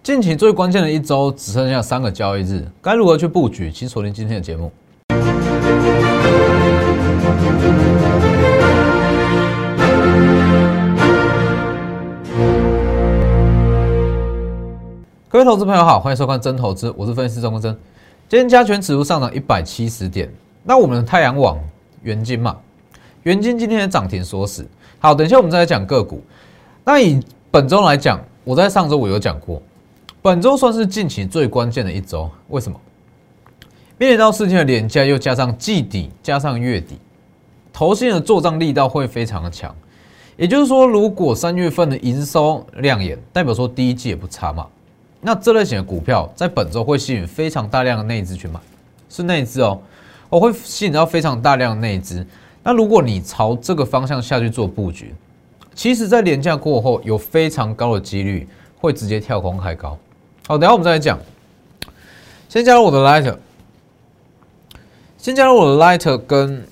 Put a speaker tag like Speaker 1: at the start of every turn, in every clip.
Speaker 1: 近期最关键的一周只剩下3个交易日，该如何去布局？请锁定今天的节目。各位投资朋友好，欢迎收看真投资，我是分析师钟国珍。今天加权指数上涨170点，那我们的太阳网元晶嘛，元晶今天的涨停锁死。好，等一下我们再来讲个股。那以本周来讲，我在上周我有讲过，本周算是近期最关键的一周。为什么？面临到4天的连假，又加上季底，加上月底，投信的作账力道会非常的强。也就是说，如果3月份的营收亮眼，代表说第一季也不差嘛。那这类型的股票在本周会吸引非常大量的内资去买，是内资哦，我会吸引到非常大量的内资。那如果你朝这个方向下去做布局，其实在连假过后有非常高的几率会直接跳空开高。好，等一下我们再来讲。先加入我的 Light， 先加入我的 Light 跟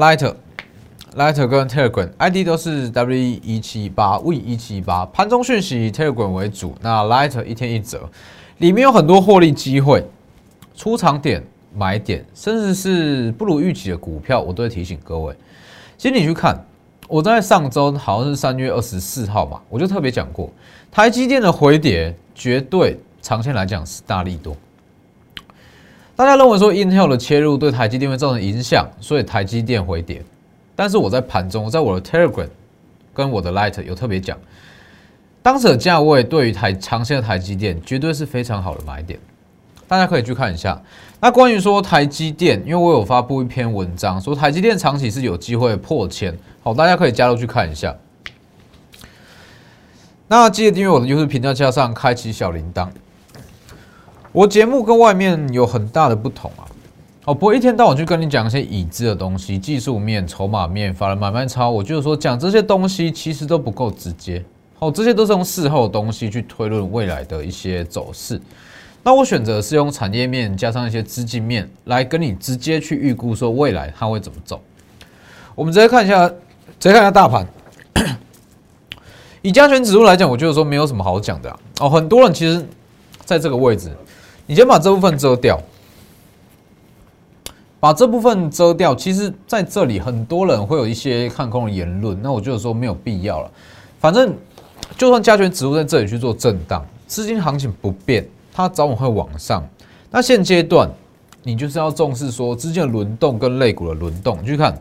Speaker 1: Telegram ID 都是 W1718 V1718， 盘中讯息以 Telegram 为主，那 Light 一天一折，里面有很多获利机会，出场点、买点，甚至是不如预期的股票，我都会提醒各位。其实你去看，我在上周好像是3月24号嘛，我就特别讲过，台积电的回跌绝对长线来讲是大利多。大家认为说 Intel 的切入对台积电会造成影响，所以台积电回跌。但是我在盘中，在我的 Telegram 跟我的 Light 有特别讲，当时的价位对于长线的台积电绝对是非常好的买点，大家可以去看一下。那关于说台积电，因为我有发布一篇文章，说台积电长期是有机会破千，好，大家可以加入去看一下。那记得订阅我的 YouTube 频道，加上开启小铃铛。我节目跟外面有很大的不同啊。不会一天到晚去跟你讲一些已知的东西，技术面、筹码面、法人买卖超，我就是说讲这些东西其实都不够直接。这些都是用事后的东西去推论未来的一些走势。那我选择是用产业面加上一些资金面来跟你直接去预估说未来它会怎么走。我们直接看一下大盘。以加权指数来讲，我觉得说没有什么好讲的啊。很多人其实在这个位置，你先把这部分遮掉。把这部分遮掉，其实在这里很多人会有一些看空的言论，那我觉得说没有必要了。反正就算加权指数在这里去做震荡，资金行情不变，它早晚会往上。那现阶段你就是要重视说资金的轮动跟类股的轮动。你去看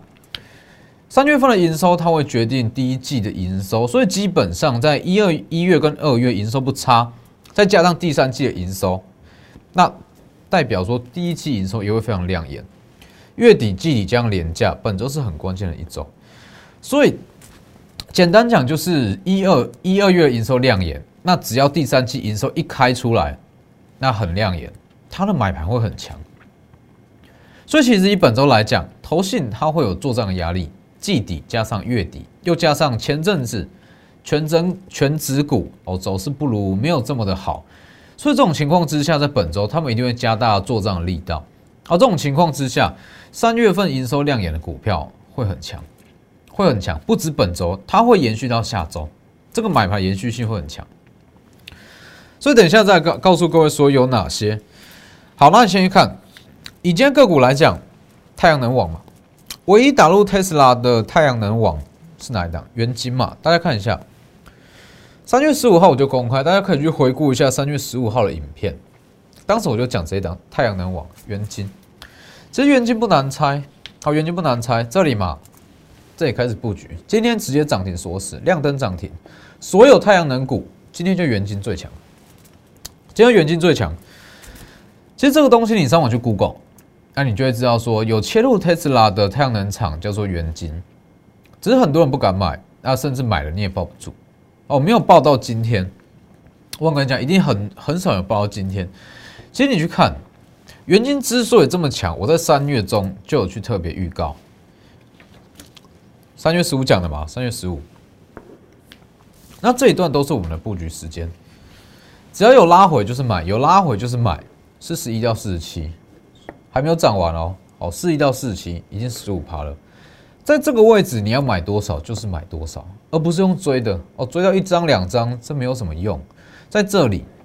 Speaker 1: 3月份的营收，它会决定第一季的营收，所以基本上在1月跟2月营收不差，再加上第3季的营收，那代表说第一季营收也会非常亮眼。月底、季底将连假，本周是很关键的一周，所以简单讲就是1、2月的营收亮眼，那只要第3季营收一开出来，那很亮眼，它的买盘会很强。所以其实以本周来讲，投信它会有做账的压力，季底加上月底，又加上前阵子全指股走势不如没有这么的好，所以这种情况之下，在本周他们一定会加大做账的力道。这种情况之下，3月份营收亮眼的股票会很强，会很强，不止本周，它会延续到下周，这个买盘延续性会很强。所以等一下再告诉各位说有哪些。好，那你先去看，以今天个股来讲，太阳能网嘛，唯一打入 Tesla 的太阳能网是哪一档？元晶嘛，大家看一下。3月15号我就公开，大家可以去回顾一下3月15号的影片。当时我就讲这一档太阳能网元晶，其实元晶不难猜，好，元晶不难猜，这里嘛，这里开始布局，今天直接涨停锁死，亮灯涨停，所有太阳能股今天就元晶最强，今天元晶最强。其实这个东西你上网去 Google， 那你就会知道说有切入 Tesla 的太阳能厂叫做元晶，只是很多人不敢买，那甚至买了你也抱不住，没有抱到今天，我跟你讲，一定很少有抱到今天。其实你去看，元晶之所以这么强，我在3月中就有去特别预告。3月15讲的嘛，3月15。那这一段都是我们的布局时间，只要有拉回就是买，有拉回就是买，41到47，还没有涨完哦。41到47已经15%了，在这个位置你要买多少就是买多少，而不是用追的追到1张2张，这没有什么用。在这里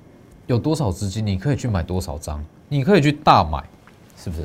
Speaker 1: 有多少资金，你可以去买多少张，你可以去大买，是不是？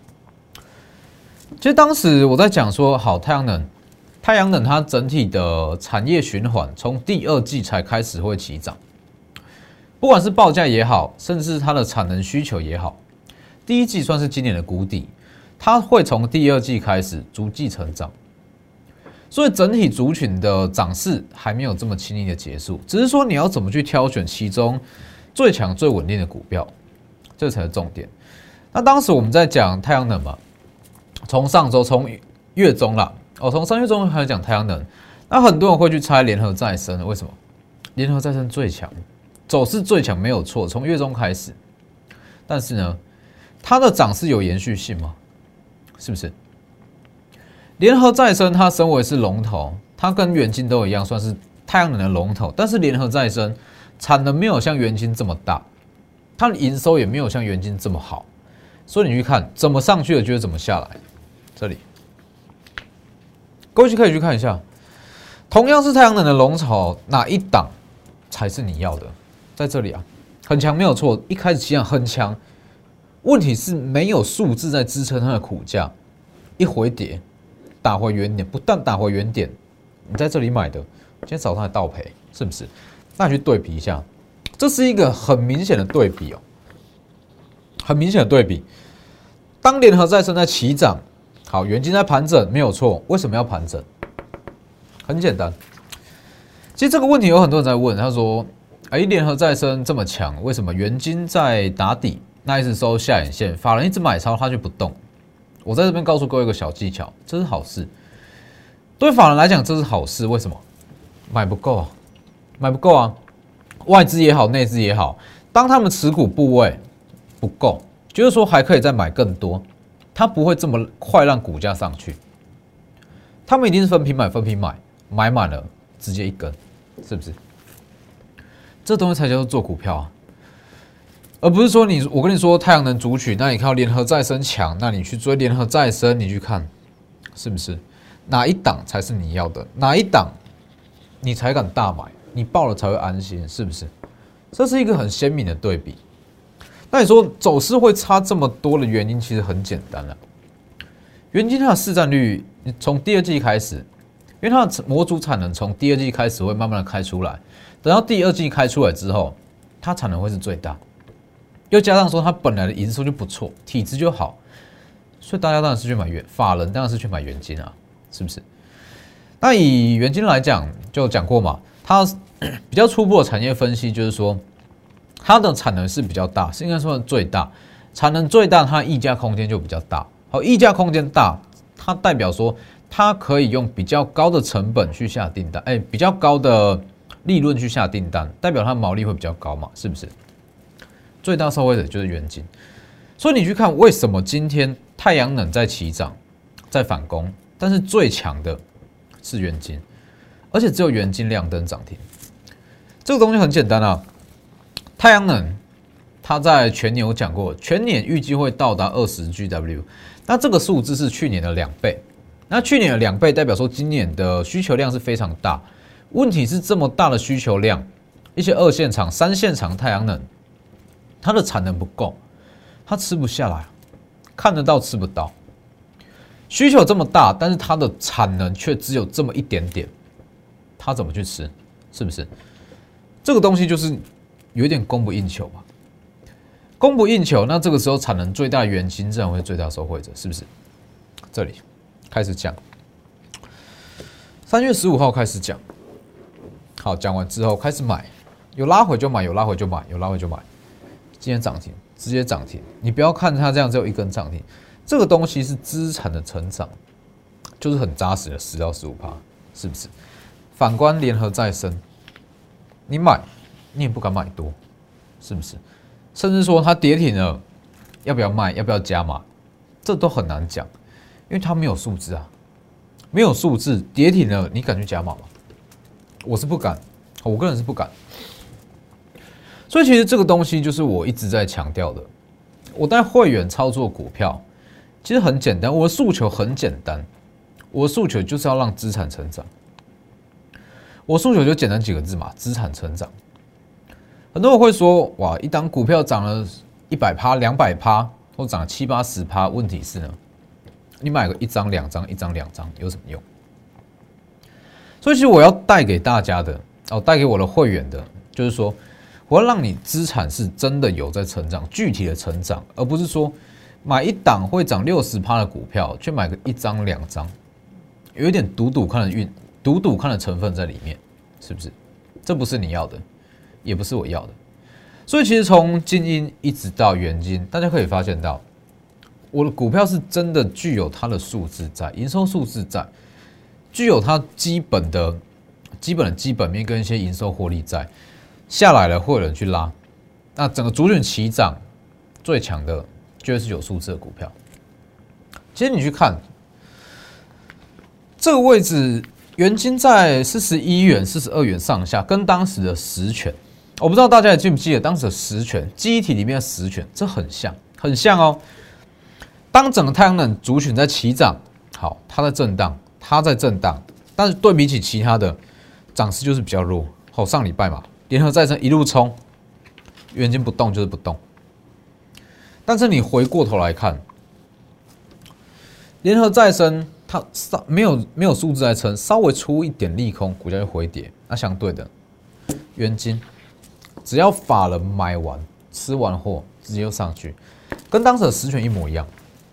Speaker 1: 其实当时我在讲说，好，太阳能它整体的产业循环从第二季才开始会起涨，不管是报价也好，甚至是它的产能需求也好，第一季算是今年的谷底，它会从第二季开始逐季成长，所以整体族群的涨势还没有这么轻易的结束，只是说你要怎么去挑选其中最强最稳定的股票，这才是重点。那当时我们在讲太阳能嘛，从上周从月中啦，从3月中开始讲太阳能，那很多人会去猜联合再生，为什么？联合再生最强，走势最强没有错，从月中开始，但是呢，它的涨势有延续性吗？是不是？联合再生它身为是龙头，它跟元晶都一样，算是太阳能的龙头，但是联合再生产能没有像元晶这么大，它的营收也没有像元晶这么好，所以你去看怎么上去的，就会怎么下来。这里，各位可以去看一下，同样是太阳能的龙头，哪一档才是你要的？在这里啊，很强没有错，一开始起涨很强，问题是没有数字在支撑它的股价，一回跌打回原点，不但打回原点，你在这里买的，今天早上还倒赔，是不是？那你去对比一下，这是一个很明显的对比哦，很明显的对比。当联合再生在起涨，好，元晶在盘整，没有错。为什么要盘整？很简单，其实这个问题有很多人在问，他说：“联合再生这么强，为什么元晶在打底，那一直收下影线，法人一直买超，它就不动？”我在这边告诉各位一个小技巧，这是好事。对法人来讲，这是好事。为什么？买不够啊，买不够啊！外资也好，内资也好，当他们持股部位不够，就是说还可以再买更多，它不会这么快让股价上去。他们一定是分批买，分批买，买满了直接一根，是不是？这东西才叫做做股票啊，而不是说我跟你说太阳能族群，那你看到联合再生强，那你去追联合再生，你去看是不是哪一档才是你要的，哪一档你才敢大买，你报了才会安心，是不是？这是一个很鲜明的对比。那你说走势会差这么多的原因，其实很简单了。元晶它的市占率从第二季开始，因为它的模组产能从第二季开始会慢慢的开出来，等到第二季开出来之后，它产能会是最大，又加上说它本来的营收就不错，体质就好，所以大家当然是去买法人当然是去买元晶啊，是不是？那以元晶来讲，就讲过嘛，它比较初步的产业分析就是说，它的产能是比较大，是应该说最大，产能最大，它的溢价空间就比较大。好，溢价空间大，它代表说它可以用比较高的成本去下订单，比较高的利润去下订单，代表它毛利会比较高嘛，是不是？最大受惠者就是元晶，所以你去看为什么今天太阳能在起涨，在反攻，但是最强的是元晶，而且只有元晶亮灯涨停。这个东西很简单啊，太阳能它在全年有讲过，全年预计会到达20 GW， 那这个数字是去年的2倍。那去年的2倍代表说今年的需求量是非常大。问题是这么大的需求量，一些2线厂、3线厂太阳能，它的产能不够，它吃不下来，看得到吃不到。需求这么大，但是它的产能却只有这么一点点，它怎么去吃？是不是？这个东西就是有一点供不应求吧。供不应求，那这个时候产能最大的元晶自然会是最大受惠者，是不是？这里开始讲，3月15号开始讲，好，讲完之后开始买，有拉回就买，有拉回就买，有拉回就买。今天涨停，直接涨停，你不要看它这样只有一根涨停，这个东西是资产的成长，就是很扎实的10到15%，是不是？反观联合再生，你买，你也不敢买多，是不是？甚至说它跌停了，要不要卖？要不要加码？这都很难讲，因为它没有数字啊，没有数字，跌停了，你敢去加码吗？我是不敢，我个人是不敢。所以其实这个东西就是我一直在强调的。我带会员操作股票，其实很简单，我的诉求很简单，我的诉求就是要让资产成长。我诉求就简单几个字嘛，资产成长。 很多人会说，哇，一档股票涨了100%、200%，或涨了7、80%，问题是呢，你买个1张、2张、1张、2张有什么用？所以其实我要带给大家的，带给我的会员的，就是说，我要让你资产是真的有在成长，具体的成长，而不是说买一档会涨60%的股票，去买个1张、2张，有一点赌看的成分在里面，是不是？这不是你要的。也不是我要的，所以其实从精英一直到元金，大家可以发现到，我的股票是真的具有它的数字在，营收数字在，具有它基本的基本面跟一些营收获利在，下来了会有人去拉，那整个族群齐涨，最强的就会是有数字的股票。其实你去看这个位置，元金在41元、42元上下，跟当时的十权。我不知道大家还记不记得当时的十权记忆体里面的十权，这很像哦。当整个太阳能族群在起涨，好，它在震荡，但是对比起其他的涨势就是比较弱。好，上礼拜嘛，联合再生一路冲，元金不动就是不动。但是你回过头来看，联合再生它没有数字在撑，稍微出一点利空，股价就回跌。那相对的，元金。只要法人买完、吃完货，直接就上去，跟当时的十权一模一样。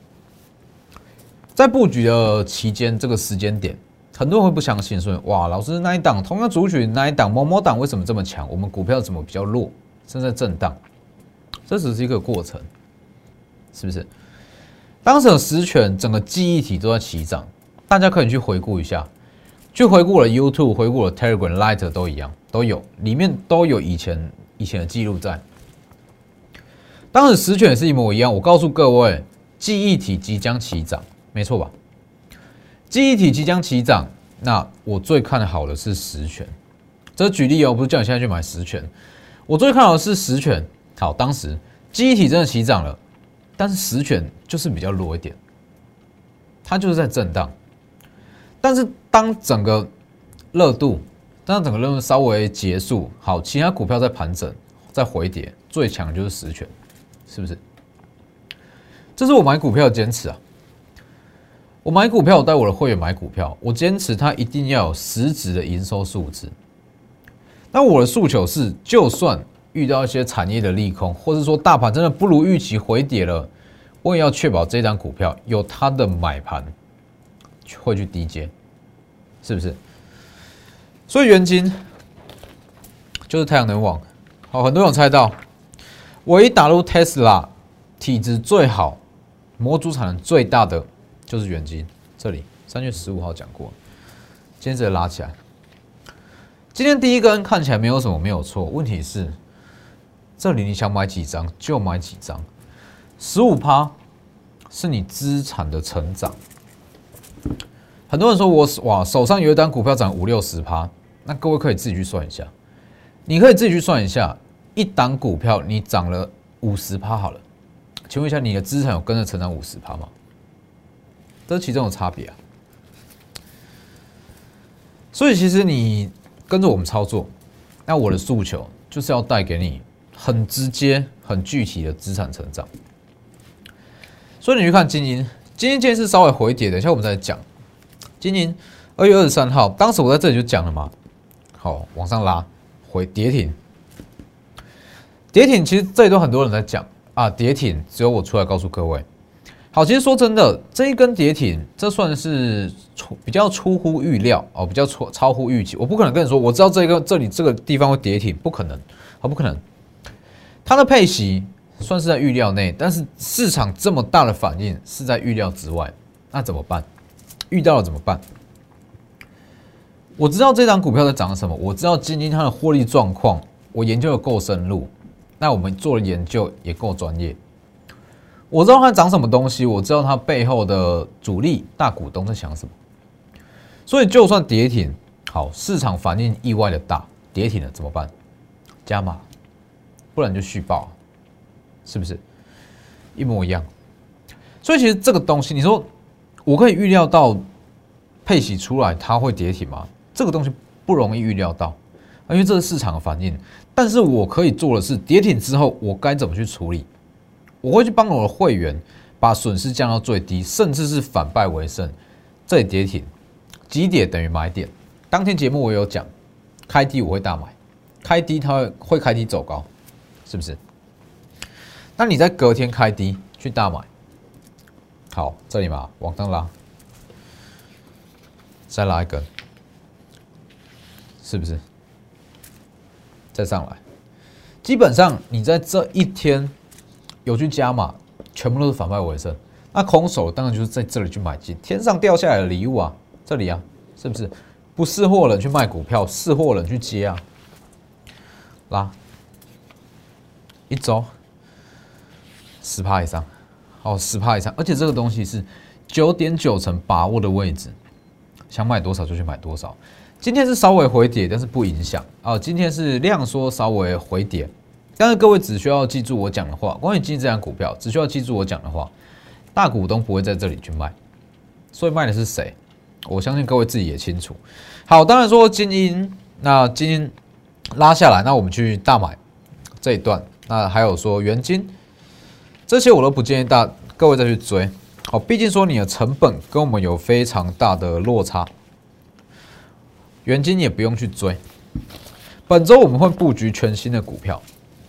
Speaker 1: 在布局的期间，这个时间点，很多人会不相信，说：“哇，老师那一档同样族群那一档某某档为什么这么强？我们股票怎么比较弱，正在震荡？”这只是一个过程，是不是？当时的十权整个记忆体都在起涨，大家可以去回顾一下。去回顾了 YouTube， 回顾了 Telegram、Light 都一样，都有，里面都有以前的记录在。当时十权也是一模一样。我告诉各位，记忆体即将起涨，没错吧？记忆体即将起涨，那我最看好的是十权。这举例哦，不是叫你现在去买十权，我最看好的是十权。好，当时记忆体真的起涨了，但是十权就是比较弱一点，它就是在震荡。但是当整个热度稍微结束，好，其他股票在盘整、在回跌，最强就是十权，是不是？这是我买股票的坚持啊！我买股票，我带我的会员买股票，我坚持它一定要有实质的营收数字。那我的诉求是，就算遇到一些产业的利空，或是说大盘真的不如预期回跌了，我也要确保这张股票有它的买盘。会去低接，是不是？所以元金就是太阳能网。好，很多人有猜到，唯一打入 Tesla 体质最好、模组产能最大的就是元金。这里3月15号讲过，今天直接拉起来。今天第一根看起来没有什么，没有错。问题是，这里你想买几张就买几张，15%是你资产的成长。很多人说我手上有一单股票涨50-60%，那各位可以自己去算一下。你可以自己去算一下，一档股票你涨了50%好了，请问一下你的资产有跟着成长50%吗？这其中有差别啊。所以其实你跟着我们操作，那我的诉求就是要带给你很直接、很具体的资产成长。所以你去看金银。今天是稍微回跌，等一下我们再讲。今年2月23号，当时我在这里就讲了嘛，好，往上拉，回跌停。跌停其实这里都很多人在讲啊，跌停只有我出来告诉各位。好，其实说真的，这一根跌停，这算是比较出乎预料哦，比较超乎预期。我不可能跟你说，我知道这里这个地方会跌停，不可能，好，不可能。它的配息算是在预料内，但是市场这么大的反应是在预料之外，那怎么办？遇到了怎么办？我知道这档股票在涨什么，我知道今天它的获利状况，我研究的够深入，那我们做的研究也够专业。我知道它涨什么东西，我知道它背后的主力大股东在想什么，所以就算跌停，好，市场反应意外的大，跌停了怎么办？加码，不然就续报。是不是一模一样？所以其实这个东西，你说我可以预料到配息出来它会跌停吗？这个东西不容易预料到。 因为这是市场的反应。但是我可以做的是，跌停之后我该怎么去处理？我会去帮我的会员把损失降到最低，甚至是反败为胜。这里跌停，几点等于买点。当天节目我有讲，开低我会大买，开低它会开低走高，是不是？那你在隔天开低去大买，好，这里嘛往上拉，再拉一根，是不是？再上来，基本上你在这一天有去加码，全部都是反败为胜。那空手当然就是在这里去买进，天上掉下来的礼物啊，这里啊，是不是？不是货人去卖股票，是货人去接啊。拉一周10%以上，好10%以上，而且这个东西是9.9成把握的位置，想买多少就去买多少。今天是稍微回跌，但是不影响啊。今天是量缩稍微回跌，但是各位只需要记住我讲的话，关于基金这档股票，只需要记住我讲的话，大股东不会在这里去卖，所以卖的是谁？我相信各位自己也清楚。好，当然说精英，那精英拉下来，那我们去大买这一段，那还有说元金，这些我都不建议各位再去追。好，毕竟说你的成本跟我们有非常大的落差。元金也不用去追，本周我们会布局全新的股票，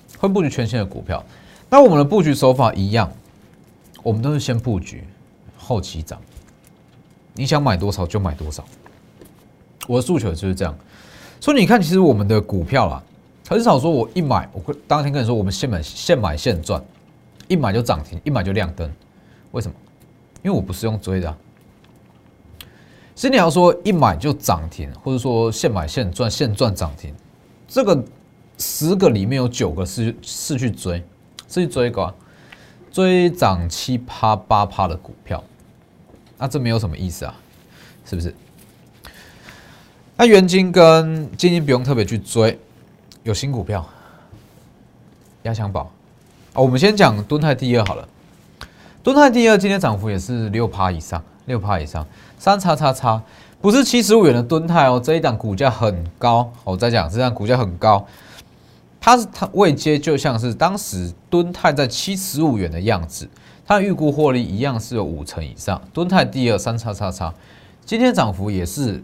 Speaker 1: 那我们的布局手法一样，我们都是先布局，后起涨。你想买多少就买多少，我的诉求就是这样。所以你看，其实我们的股票啦，很少说我一买，我当天跟你说我们现买现赚，一买就涨停，一买就亮灯。为什么？因为我不是用追的啊。其实你要说一买就涨停，或者说现买现赚，现赚涨停，这个10个里面有9个是去追，是去追高，追涨7%、8%的股票，那这没有什么意思啊，是不是？那元金跟金金不用特别去追，有新股票，压箱宝啊。我们先讲敦泰第二好了，敦泰第二今天涨幅也是6%以上，6%以上。3XXX不是75元的敦泰哦，这一档股价很高。我再讲，这档股价很高，它位阶就像是当时敦泰在75元的样子，它的预估获利一样是有50%以上。敦泰第二3XXX今天涨幅也是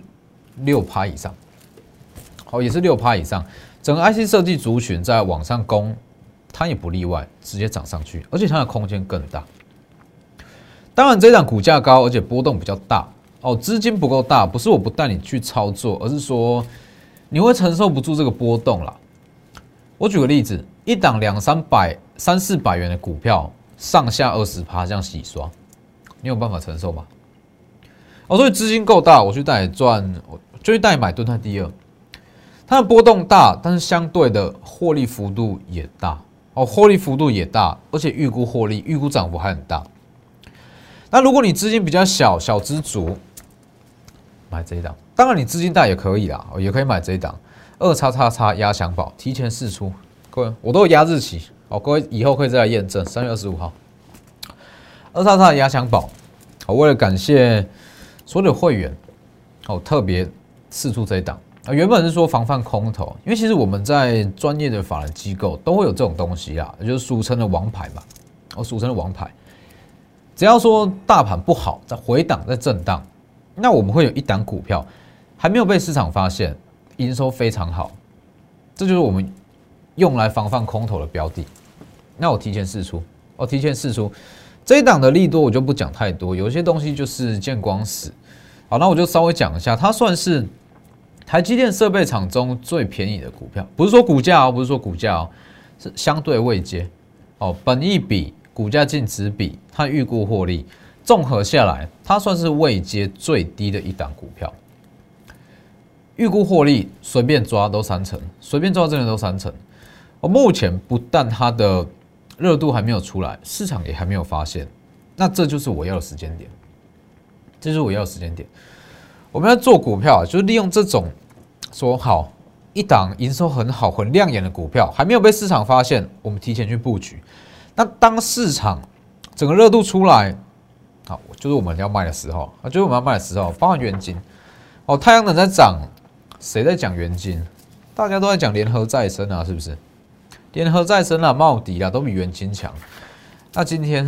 Speaker 1: 6%以上，好，也是6%以上。整个 IC 设计族群在往上攻，它也不例外，直接涨上去，而且它的空间更大。当然，这一档股价高，而且波动比较大哦，资金不够大，不是我不带你去操作，而是说你会承受不住这个波动啦。我举个例子，一档200-300、300-400元的股票，上下20%这样洗刷，你有办法承受吗？哦，所以资金够大，我去带你赚，我就去带你买敦泰第二，它的波动大，但是相对的获利幅度也大哦，获利幅度也大，而且预估获利、预估涨幅还很大。那如果你资金比较小，小资族，买这一档，当然你资金大也可以啦，也可以买这一档2XXX压箱宝，提前释出，各位我都有压日期，好，各位以后可以再来验证。3月25号，2XXX压箱宝，好，为了感谢所有的会员，好，特别释出这一档啊。原本是说防范空头，因为其实我们在专业的法人机构都会有这种东西啦，也就是俗称的王牌嘛，俗称的王牌。只要说大盘不好，在回档、在震荡，那我们会有一档股票还没有被市场发现，营收非常好，这就是我们用来防范空头的标的。那我提前释出，这一档的利多我就不讲太多，有些东西就是见光死。好，那我就稍微讲一下，它算是台积电设备厂中最便宜的股票，不是说股价哦，是相对位阶哦，本益比、股价净值比、它预估获利，综合下来，它算是位阶最低的一档股票。预估获利随便抓都3成，随便抓真的都3成。目前不但它的热度还没有出来，市场也还没有发现，那这就是我要的时间点，我们要做股票，就是利用这种说好一档营收很好、很亮眼的股票，还没有被市场发现，我们提前去布局。那当市场整个热度出来，好，就是我们要卖的时候，包含元金，哦，太阳能在涨，谁在讲元金？ 大家都在讲联合再生啊，是不是？联合再生啊、茂迪啊，都比元晶强。那今天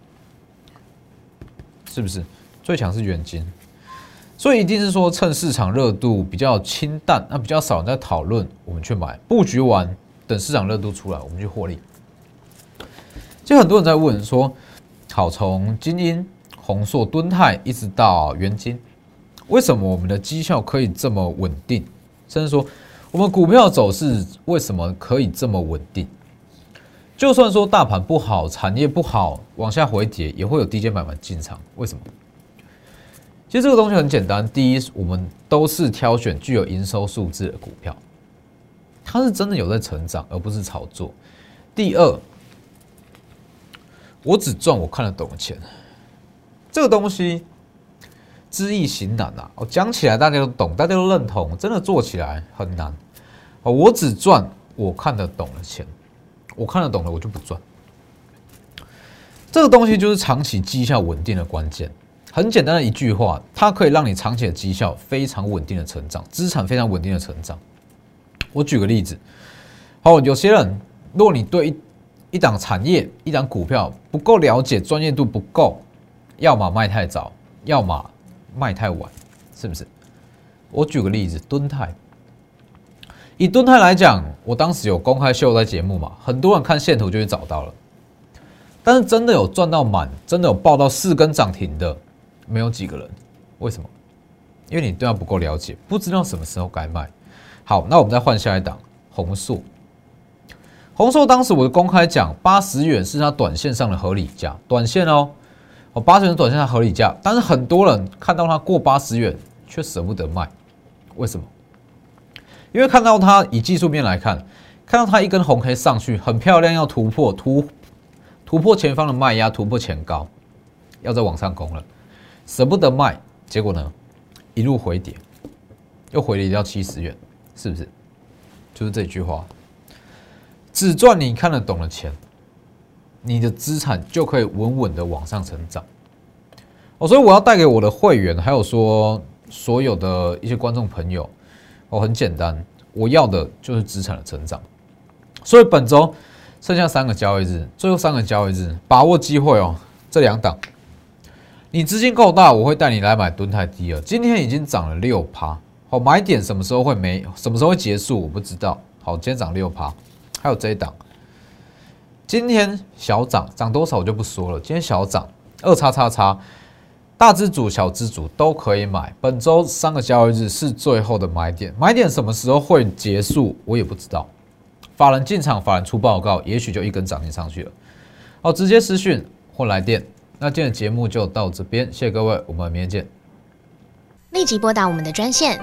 Speaker 1: 是不是最强是元晶？所以一定是说趁市场热度比较清淡，那比较少人在讨论，我们去买，布局完，等市场热度出来，我们去获利。就很多人在问说，好，从精英、宏硕、敦泰一直到元晶，为什么我们的绩效可以这么稳定？甚至说，我们股票走势为什么可以这么稳定？就算说大盘不好，产业不好，往下回跌，也会有低阶买盘进场。为什么？其实这个东西很简单，第一，我们都是挑选具有营收数字的股票，它是真的有在成长，而不是炒作。第二，我只赚我看得懂的钱，这个东西知易行难啊！我讲起来大家都懂，大家都认同，真的做起来很难。我只赚我看得懂的钱，我看得懂的我就不赚。这个东西就是长期绩效稳定的关键。很简单的一句话，它可以让你长期的绩效非常稳定的成长，资产非常稳定的成长。我举个例子，好，有些人，如果你对一档产业、一档股票不够了解，专业度不够，要么卖太早，要么卖太晚，是不是？我举个例子，敦泰。以敦泰来讲，我当时有公开秀在节目嘛，很多人看线图就会找到了。但是真的有赚到满，真的有报到4根涨停的，没有几个人。为什么？因为你对它不够了解，不知道什么时候该卖。好，那我们再换下一档，宏硕。宏硕当时我公开讲，80元是它短线上的合理价，短线哦，80元是短线上的合理价。但是很多人看到它过80元，却舍不得卖，为什么？因为看到它以技术面来看，看到它一根红 K 上去很漂亮，要突破前方的卖压，突破前高，要再往上攻了，舍不得卖，结果呢，一路回跌，又回跌到70元，是不是？就是这句话，只赚你看得懂的钱，你的资产就可以稳稳的往上成长。所以我要带给我的会员，还有说所有的一些观众朋友，很简单，我要的就是资产的成长。所以本周剩下3个交易日，最后3个交易日，把握机会哦。这2档，你资金够大，我会带你来买敦泰第二。今天已经涨了6%，好，买点什么时候会什么时候会结束，我不知道。好，今天涨6%，还有这一档，今天小涨，涨多少我就不说了。今天小涨2XXX，大支组、小支组都可以买。本周3个交易日是最后的买点，买点什么时候会结束，我也不知道。法人进场，法人出报告，也许就一根涨停上去了。好，直接私讯或来电。那今天的节目就到这边，谢谢各位，我们明天见。
Speaker 2: 立即拨打我们的专线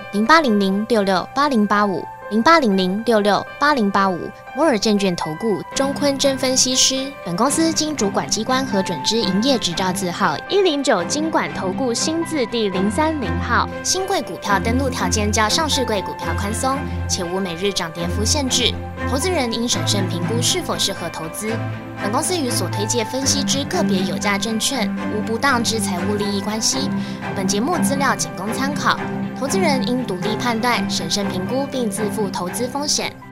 Speaker 2: 0800668085。0800668085，摩尔证券投顾钟坤真分析师。本公司经主管机关核准之营业执照字号109金管投顾新字第030号。新贵股票登录条件较上市贵股票宽松，且无每日涨跌幅限制。投资人应审慎评估是否适合投资。本公司与所推介分析之个别有价证券无不当之财务利益关系。本节目资料仅供参考。投资人应独立判断、审慎评估，并自负投资风险。